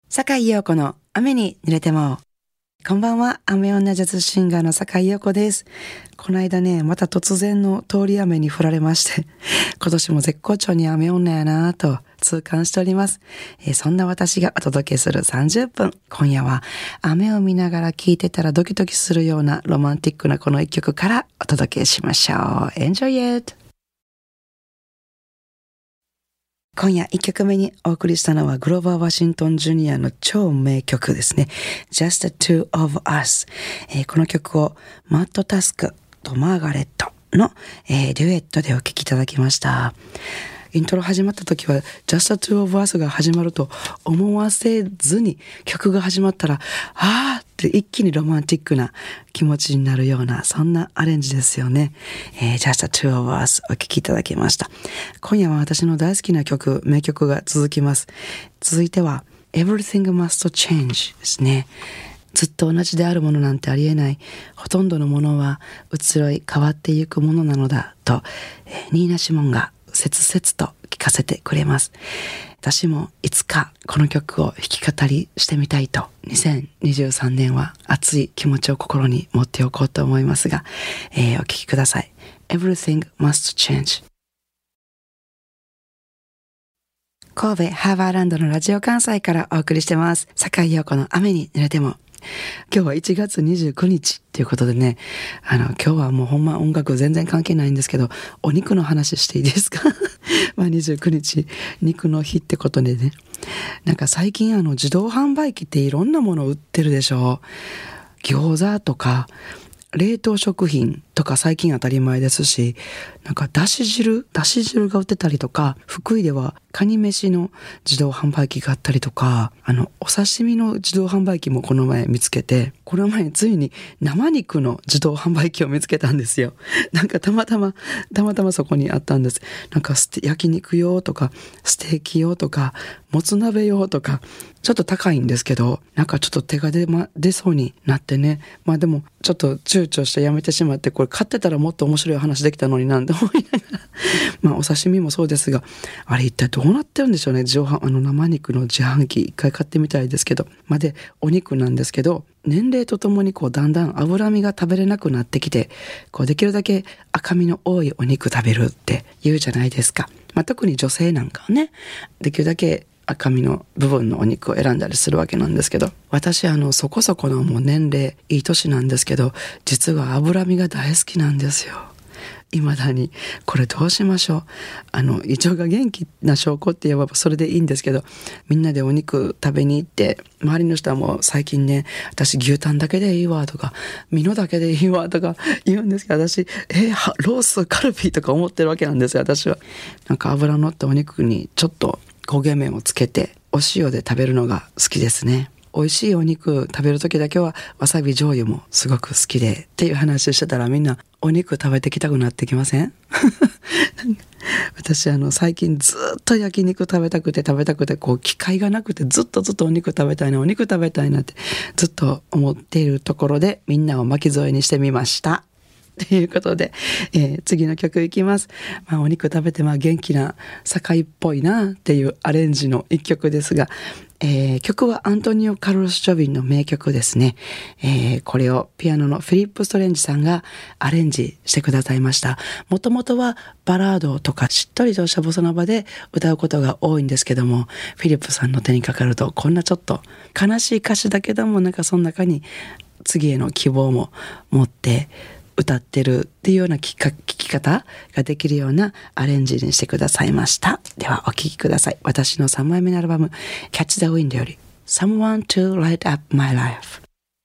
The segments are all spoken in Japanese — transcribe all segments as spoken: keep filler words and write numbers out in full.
坂井陽子の雨に濡れても。こんばんは、雨女ジャズシンガーの坂井陽子です。この間ね、また突然の通り雨に降られまして、今年も絶好調に雨女やなぁと痛感しております、えー、そんな私がお届けするさんじゅっぷん。今夜は雨を見ながら聴いてたらドキドキするようなロマンティックなこの一曲からお届けしましょう。 Enjoy it。今夜いっきょくめにお送りしたのはグローバー・ワシントン・ジュニアの超名曲ですね。Just the Two of Us、えー、この曲をマット・タスクとマーガレットの、えー、デュエットでお聴きいただきました。イントロ始まった時は Just the Two of Us が始まると思わせずに、曲が始まったらあーって一気にロマンティックな気持ちになるような、そんなアレンジですよね。えー、Just the Two of Us お聴きいただきました。今夜は私の大好きな曲、名曲が続きます。続いては Everything Must Change ですね。ずっと同じであるものなんてありえない。ほとんどのものは移ろい変わっていくものなのだと、えー、ニーナ・シモンが切々と聞かせてくれます。私もいつかこの曲を弾き語りしてみたいと、にせんにじゅうさんねんは熱い気持ちを心に持っておこうと思いますが、えー、お聴きください。 Everything Must Change。 神戸ハーバーランドのラジオ関西からお送りしてます。坂井陽子の雨に濡れても。今日はいちがつにじゅうくにちということでね、あの、今日はもうほんま音楽全然関係ないんですけど、お肉の話していいですかまあにじゅうくにち、肉の日ってことでね。なんか最近あの、自動販売機っていろんなもの売ってるでしょ。餃子とか、冷凍食品とか最近当たり前ですし、なんかだし汁、だし汁が売ってたりとか、福井ではカニ飯の自動販売機があったりとか、あの、お刺身の自動販売機もこの前見つけて、この前ついに生肉の自動販売機を見つけたんですよ。なんかたまたま、たまたまそこにあったんです。なんかステ焼肉用とか、ステーキ用とか、もつ鍋用とか、ちょっと高いんですけど、なんかちょっと手が出、ま、出そうになってね。まあでも、ちょっと躊躇してやめてしまって、これ買ってたらもっと面白い話できたのになんて思いながら。まあお刺身もそうですが、あれ一体どうなってるんでしょうね。上半、あの生肉の自販機一回買ってみたいですけど。まあで、お肉なんですけど、年齢とともにこうだんだん脂身が食べれなくなってきて、こうできるだけ赤身の多いお肉食べるって言うじゃないですか。まあ特に女性なんかはね、できるだけ赤身の部分のお肉を選んだりするわけなんですけど、私あのそこそこのもう年齢いい年なんですけど、実は脂身が大好きなんですよ。未だに。これどうしましょう。あの胃腸が元気な証拠って言えばそれでいいんですけど、みんなでお肉食べに行って周りの人はもう最近ね、私牛タンだけでいいわとかミノだけでいいわとか言うんですけど、私えー、ロースカルビとか思ってるわけなんですよ。私はなんか脂のったお肉にちょっと焦げ目をつけてお塩で食べるのが好きですね。美味しいお肉食べるときだけはわさび醤油もすごく好きでっていう話してたら、みんなお肉食べてきたくなってきません？私あの最近ずっと焼肉食べたくて食べたくて、こう機会がなくてずっとずっとお肉食べたいなお肉食べたいなってずっと思っているところで、みんなを巻き添えにしてみましたということで、えー、次の曲いきます。まあ、お肉食べてまあ元気な堺っぽいなっていうアレンジの一曲ですが、えー、曲はアントニオ・カルロス・ジョビンの名曲ですね。えー、これをピアノのフィリップ・ストレンジさんがアレンジしてくださいました。もともとはバラードとかしっとりとしたボサノバで歌うことが多いんですけども、フィリップさんの手にかかるとこんなちょっと悲しい歌詞だけども、なんかその中に次への希望も持って歌ってるっていうような聞き方ができるようなアレンジにしてくださいました。ではお聴きください。私のさんまいめのアルバム Catch the Wind より Someone to Light Up My Life。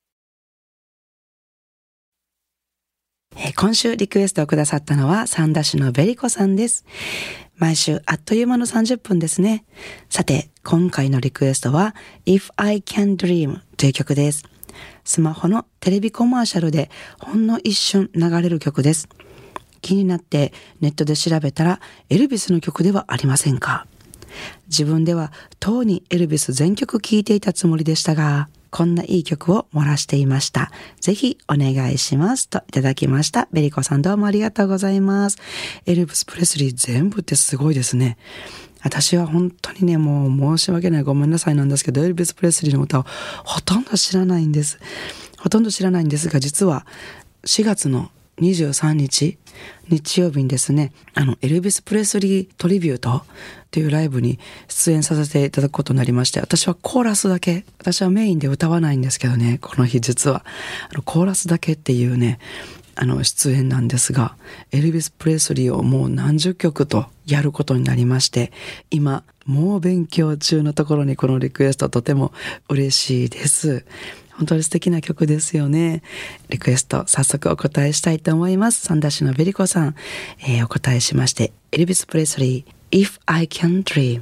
えー、今週リクエストをくださったのは三田市のベリコさんです。毎週あっという間のさんじゅっぷんですね。さて今回のリクエストは If I Can Dream という曲です。スマホのテレビコマーシャルでほんの一瞬流れる曲です。気になってネットで調べたらエルビスの曲ではありませんか。自分ではとうにエルビス全曲聴いていたつもりでしたが、こんないい曲を漏らしていました。ぜひお願いしますといただきました。ベリコさんどうもありがとうございます。エルビス・プレスリー全部ってすごいですね。 私は本当にね、もう申し訳ない、ごめんなさいなんですけど、エルビス・プレスリーの歌をほとんど知らないんです。ほとんど知らないんですが、実はしがつのにじゅうさんにち日曜日にですね、あのエルビス・プレスリートリビュートというライブに出演させていただくことになりまして、私はコーラスだけ、私はメインで歌わないんですけどね、この日実はあのコーラスだけっていうね、あの出演なんですが、エルビス・プレスリーをもう何十曲とやることになりまして、今もう勉強中のところにこのリクエストとても嬉しいです。本当に素敵な曲ですよね。リクエスト早速お答えしたいと思います。三田市のベリコさん、えー、お答えしまして、エルビス・プレスリー If I Can Dream。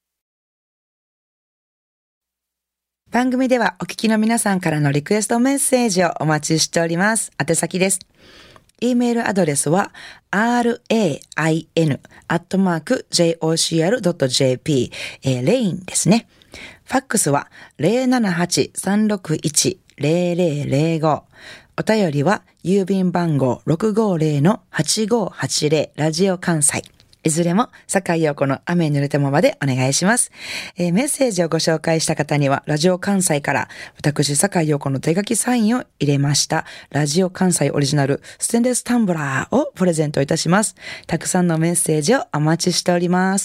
番組ではお聞きの皆さんからのリクエストメッセージをお待ちしております。宛先です。E メールアドレスは ライン アットマーク ジェイオーシーアールドットジェーピー、えー、レインですね。ファックスは ゼロななはち さんろくいち ゼロゼロゼロご。お便りは郵便番号 ろくごゼロ はちごはちゼロ ラジオ関西。いずれも坂井陽子の雨に濡れてもまでお願いします。えー、メッセージをご紹介した方にはラジオ関西から私坂井陽子の手書きサインを入れましたラジオ関西オリジナルステンレスタンブラーをプレゼントいたします。たくさんのメッセージをお待ちしております。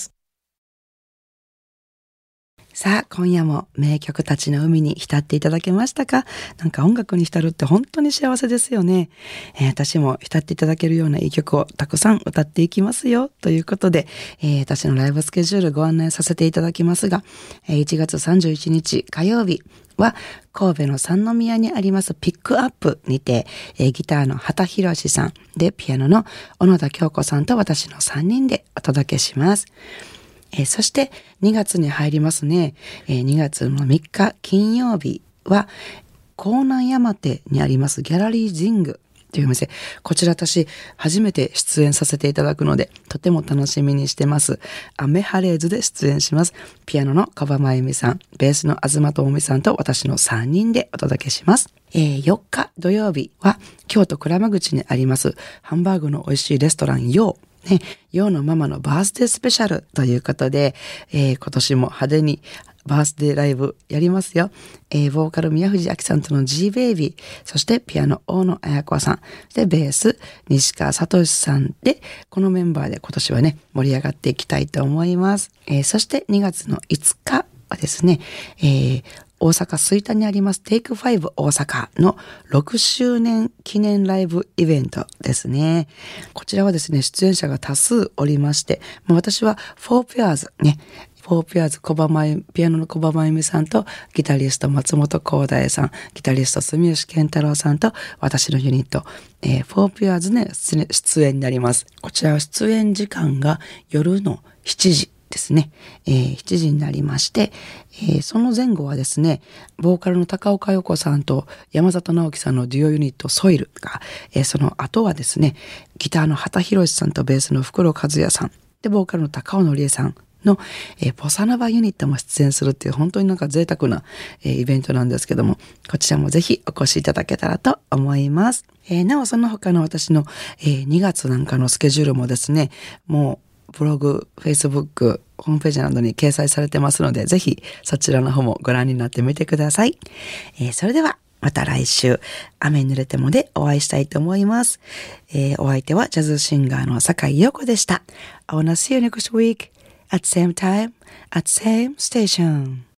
さあ、今夜も名曲たちの海に浸っていただけましたか？なんか音楽に浸るって本当に幸せですよね。えー、私も浸っていただけるようないい曲をたくさん歌っていきますよということで、えー、私のライブスケジュールご案内させていただきますが、えー、いちがつさんじゅういちにち火曜日は神戸の三宮にありますピックアップにて、えー、ギターの畑博さんでピアノの小野田京子さんと私のさんにんでお届けします。えー、そしてにがつに入りますね。えー、にがつのみっか金曜日は江南山手にありますギャラリージングというお店。こちら私初めて出演させていただくのでとても楽しみにしてます。アメハレーズで出演します。ピアノの小葉真由美さん、ベースの東智美さんと私のさんにんでお届けします。えー、よっか土曜日は京都鞍馬口にありますハンバーグの美味しいレストランヨー。ね、ヨーのママのバースデースペシャルということで、えー、今年も派手にバースデーライブやりますよ。えー、ボーカル宮藤明さんとの G ベイビー、そしてピアノ大野彩子さん、でベース西川聡さんで、このメンバーで今年はね盛り上がっていきたいと思います。えー、そしてにがつのいつかはですね、えー大阪吹田にありますテイクファイブ大阪のろくしゅうねん記念ライブイベントですね。こちらはですね、出演者が多数おりまして、もう私はフォーペアーズね、フォーペアーズ小葉真由ピアノの小葉真由美さんとギタリスト松本光大さん、ギタリスト住吉健太郎さんと私のユニット、えー、フォーペアーズね出演になります。こちらは出演時間が夜のしちじですね、えー、しちじになりまして、えー、その前後はですね、ボーカルの高岡陽子さんと山里直樹さんのデュオユニットソイルが、えー、その後はですね、ギターの畑博さんとベースの袋和也さんで、ボーカルの高尾典恵さんの、えー、ボサノバユニットも出演するっていう本当になんか贅沢な、えー、イベントなんですけども、こちらもぜひお越しいただけたらと思います。えー、なおその他の私の、えー、にがつなんかのスケジュールもですね、もうブログ、フェイスブック、ホームページなどに掲載されてますので、ぜひそちらの方もご覧になってみてください。えー、それではまた来週、雨に濡れてもでお会いしたいと思います。えー、お相手はジャズシンガーの坂井陽子でした。I wanna see you next week at same time at same station.